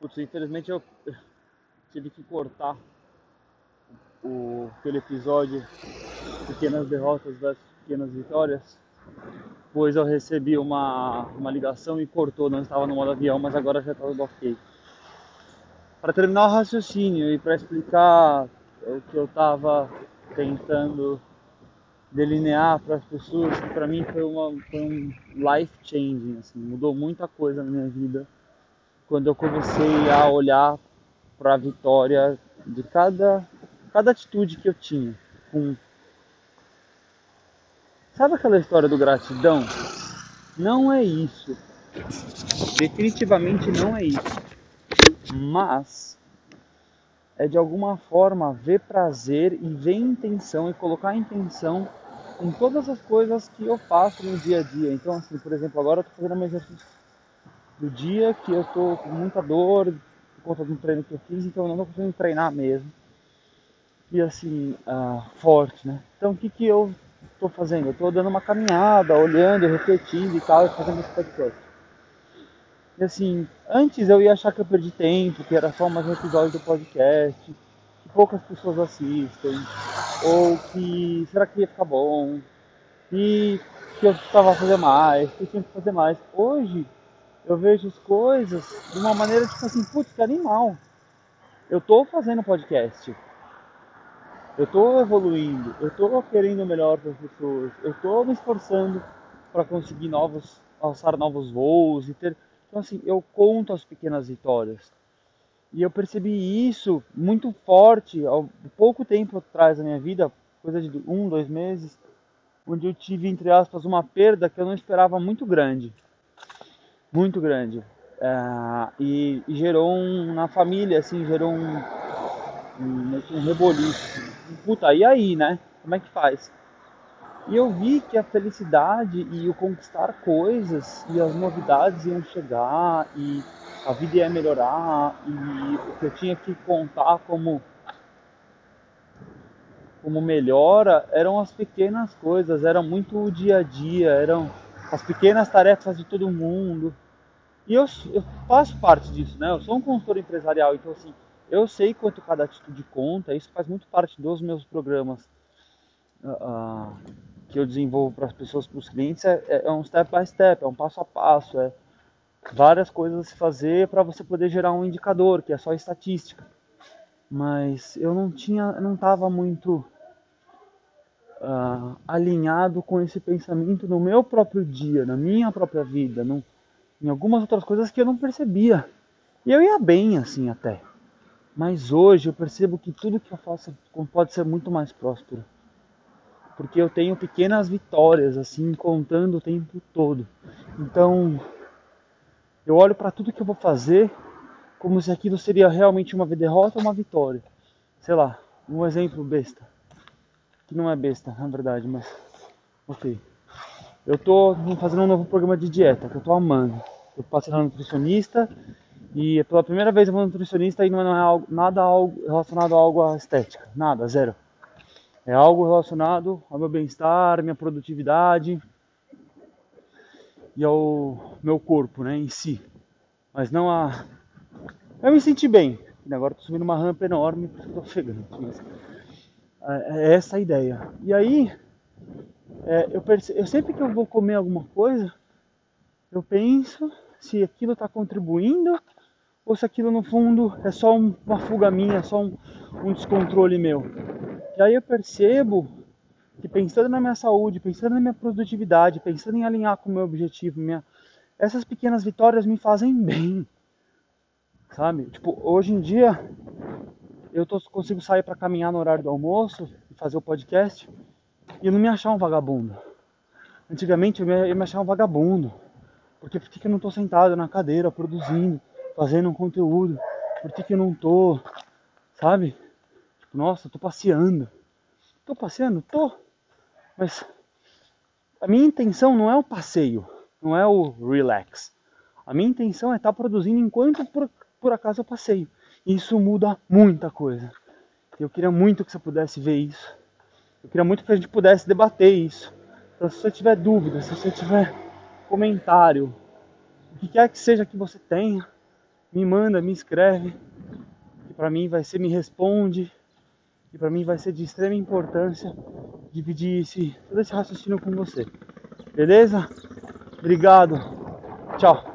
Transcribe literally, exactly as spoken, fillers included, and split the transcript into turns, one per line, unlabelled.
Putz, infelizmente eu tive que cortar o, aquele episódio Pequenas Derrotas versus Pequenas Vitórias, pois eu recebi uma, uma ligação e cortou, não estava no modo avião, mas agora já está tudo ok. Para terminar o raciocínio e para explicar o que eu estava tentando delinear para as pessoas, que para mim foi, uma, foi um life changing, assim, mudou muita coisa na minha vida quando eu comecei a olhar para a vitória de cada, cada atitude que eu tinha. Com... Sabe aquela história do gratidão? Não é isso. Definitivamente não é isso. Mas é de alguma forma ver prazer e ver intenção e colocar intenção em todas as coisas que eu faço no dia a dia. Então, assim, por exemplo, agora eu tô fazendo um exercício do dia que eu tô com muita dor por conta de um treino que eu fiz, então eu não tô conseguindo treinar mesmo. E assim, uh, forte, né? Então o que que eu tô fazendo? Eu tô dando uma caminhada, olhando, refletindo e tal, e fazendo esse podcast. E assim, antes eu ia achar que eu perdi tempo, que era só mais um episódio do podcast, que poucas pessoas assistem, ou que será que ia ficar bom, e que eu precisava fazer mais, que eu tinha que fazer mais. Hoje eu vejo as coisas de uma maneira tipo assim, putz, que animal. Eu tô fazendo podcast. Eu estou evoluindo, eu estou querendo o melhor para as pessoas, eu estou me esforçando para conseguir novos, alçar novos voos e ter. Então assim, eu conto as pequenas vitórias. E eu percebi isso muito forte há pouco tempo atrás da minha vida, coisa de um, dois meses, onde eu tive, entre aspas, uma perda que eu não esperava muito grande. Muito grande. É, e, e gerou um, na família, assim, gerou um, um, um reboliço. Puta, e aí, né? Como é que faz? E eu vi que a felicidade e o conquistar coisas e as novidades iam chegar e a vida ia melhorar e o que eu tinha que contar como, como melhora eram as pequenas coisas, eram muito o dia a dia, eram as pequenas tarefas de todo mundo. E eu, eu faço parte disso, né? Eu sou um consultor empresarial, então assim, eu sei quanto cada atitude conta, isso faz muito parte dos meus programas uh, que eu desenvolvo para as pessoas, para os clientes, é, é um step by step, é um passo a passo, é várias coisas a se fazer para você poder gerar um indicador, que é só estatística. Mas eu não tinha, não estava muito uh, alinhado com esse pensamento no meu próprio dia, na minha própria vida, no, em algumas outras coisas que eu não percebia. E eu ia bem assim até. Mas hoje eu percebo que tudo que eu faço pode ser muito mais próspero. Porque eu tenho pequenas vitórias, assim, contando o tempo todo. Então, eu olho para tudo que eu vou fazer como se aquilo seria realmente uma derrota ou uma vitória. Sei lá, um exemplo besta. Que não é besta, na verdade, mas... Ok. Eu tô fazendo um novo programa de dieta, que eu tô amando. Eu passei na nutricionista e pela primeira vez eu vou no nutricionista e não é algo, nada algo relacionado a algo à estética. Nada, zero. É algo relacionado ao meu bem-estar, minha produtividade e ao meu corpo, né, em si. Mas não a... Eu me senti bem. Agora estou subindo uma rampa enorme porque estou chegando. Mas é essa a ideia. E aí, é, eu, perce... eu sempre que eu vou comer alguma coisa, eu penso se aquilo está contribuindo ou se aquilo no fundo é só um, uma fuga minha, só um, um descontrole meu. E aí eu percebo que pensando na minha saúde, pensando na minha produtividade, pensando em alinhar com o meu objetivo, minha... essas pequenas vitórias me fazem bem, sabe? Tipo, hoje em dia eu tô, consigo sair para caminhar no horário do almoço e fazer o podcast e não me achar um vagabundo. Antigamente eu me, eu me achava um vagabundo, porque por que eu não tô sentado na cadeira produzindo, fazendo um conteúdo? Por que que eu não tô, sabe? Tipo, nossa, eu tô passeando. Tô passeando? Tô. Mas a minha intenção não é o passeio, não é o relax. A minha intenção é estar produzindo enquanto por, por acaso eu passeio. E isso muda muita coisa. Eu queria muito que você pudesse ver isso. Eu queria muito que a gente pudesse debater isso. Então se você tiver dúvida, se você tiver comentário, o que quer que seja que você tenha, me manda, me escreve, que pra mim vai ser, me responde, que pra mim vai ser de extrema importância dividir esse, todo esse raciocínio com você. Beleza? Obrigado. Tchau.